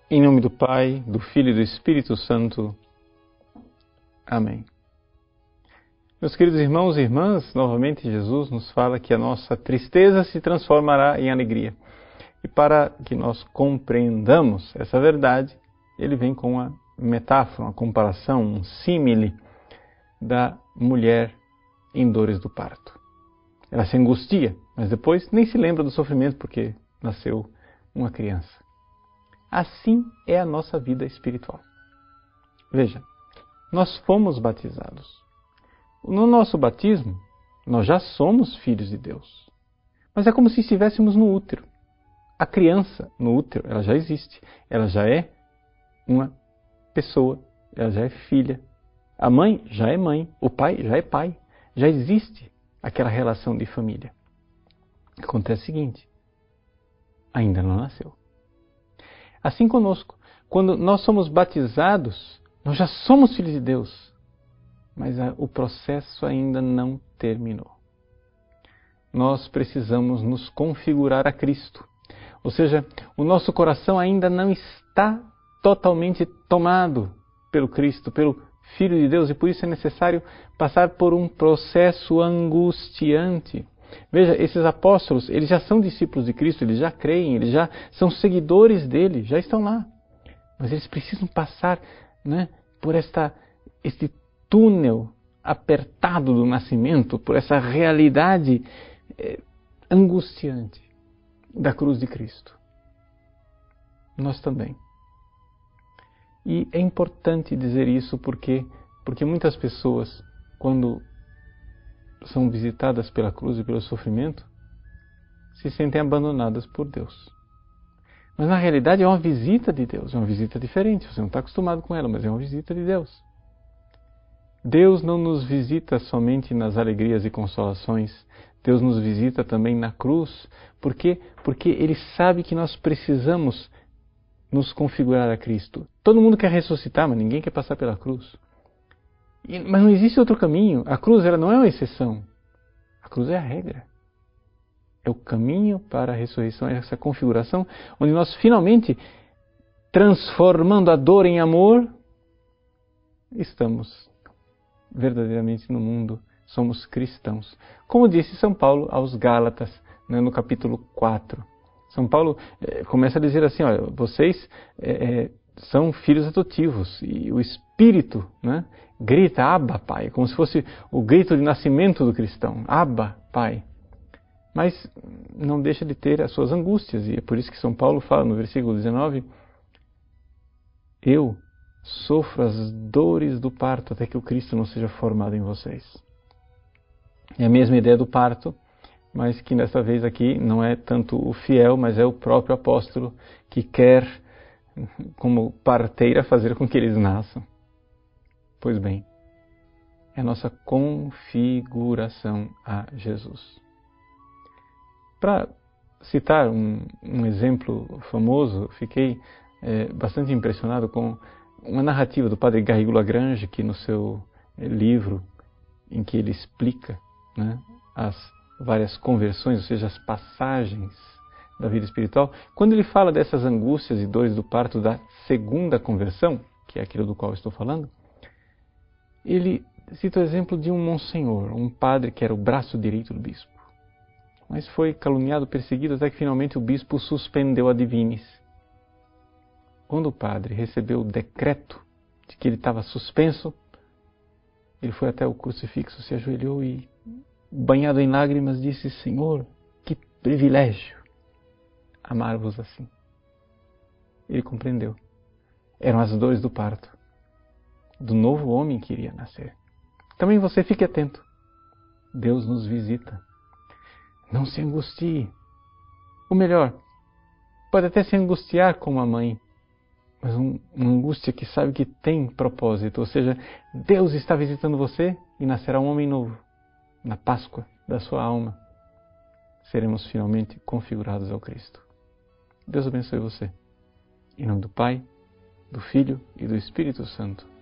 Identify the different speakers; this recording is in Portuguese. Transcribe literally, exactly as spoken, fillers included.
Speaker 1: Em nome do Pai, do Filho e do Espírito Santo. Amém. Meus queridos irmãos e irmãs, novamente Jesus nos fala que a nossa tristeza se transformará em alegria. E para que nós compreendamos essa verdade, ele vem com uma metáfora, uma comparação, um símile da mulher em dores do parto. Ela se angustia, mas depois nem se lembra do sofrimento porque nasceu uma criança. Assim é a nossa vida espiritual. Veja, nós fomos batizados. No nosso batismo, nós já somos filhos de Deus. Mas é como se estivéssemos no útero. A criança no útero, ela já existe. Ela já é uma pessoa, ela já é filha. A mãe já é mãe, o pai já é pai. Já existe aquela relação de família. Acontece o seguinte, ainda não nasceu. Assim conosco, quando nós somos batizados, nós já somos filhos de Deus, mas a, o processo ainda não terminou. Nós precisamos nos configurar a Cristo, ou seja, o nosso coração ainda não está totalmente tomado pelo Cristo, pelo Filho de Deus, e por isso é necessário passar por um processo angustiante. Veja, esses apóstolos, eles já são discípulos de Cristo, eles já creem, eles já são seguidores dele, já estão lá. Mas eles precisam passar, né, por esta, este túnel apertado do nascimento, por essa realidade eh, angustiante da cruz de Cristo. Nós também. E é importante dizer isso porque, porque muitas pessoas, quando são visitadas pela cruz e pelo sofrimento, se sentem abandonadas por Deus. Mas na realidade é uma visita de Deus, é uma visita diferente. Você não está acostumado com ela, mas é uma visita de Deus. Deus não nos visita somente nas alegrias e consolações. Deus nos visita também na cruz. Por quê? Porque Ele sabe que nós precisamos nos configurar a Cristo. Todo mundo quer ressuscitar, mas ninguém quer passar pela cruz. E, mas não existe outro caminho. A cruz ela não é uma exceção. A cruz é a regra. É o caminho para a ressurreição, é essa configuração onde nós finalmente, transformando a dor em amor, estamos verdadeiramente no mundo, somos cristãos. Como disse São Paulo aos Gálatas, né, no capítulo quatro. São Paulo eh, começa a dizer assim, olha, vocês eh, são filhos adotivos e o Espírito, né, grita, Abba, Pai, como se fosse o grito de nascimento do cristão, Abba, Pai. Mas não deixa de ter as suas angústias, e é por isso que São Paulo fala no versículo dezenove, eu sofro as dores do parto até que o Cristo não seja formado em vocês. É a mesma ideia do parto, mas que dessa vez aqui não é tanto o fiel, mas é o próprio apóstolo que quer, como parteira, fazer com que eles nasçam. Pois bem, é a nossa configuração a Jesus. Para citar um, um exemplo famoso, fiquei é, bastante impressionado com uma narrativa do padre Garrigou Lagrange, que no seu livro, em que ele explica, né, as várias conversões, ou seja, as passagens da vida espiritual, quando ele fala dessas angústias e dores do parto da segunda conversão, que é aquilo do qual eu estou falando, ele cita o exemplo de um monsenhor, um padre que era o braço direito do bispo. Mas foi caluniado, perseguido, até que finalmente o bispo suspendeu a divinis. Quando o padre recebeu o decreto de que ele estava suspenso, ele foi até o crucifixo, se ajoelhou e, banhado em lágrimas, disse, Senhor, que privilégio amar-vos assim. Ele compreendeu. Eram as dores do parto, do novo homem que iria nascer. Também você fique atento. Deus nos visita. Não se angustie. Ou melhor, pode até se angustiar como a mãe, mas um, uma angústia que sabe que tem propósito. Ou seja, Deus está visitando você e nascerá um homem novo. Na Páscoa da sua alma, seremos finalmente configurados ao Cristo. Deus abençoe você. Em nome do Pai, do Filho e do Espírito Santo.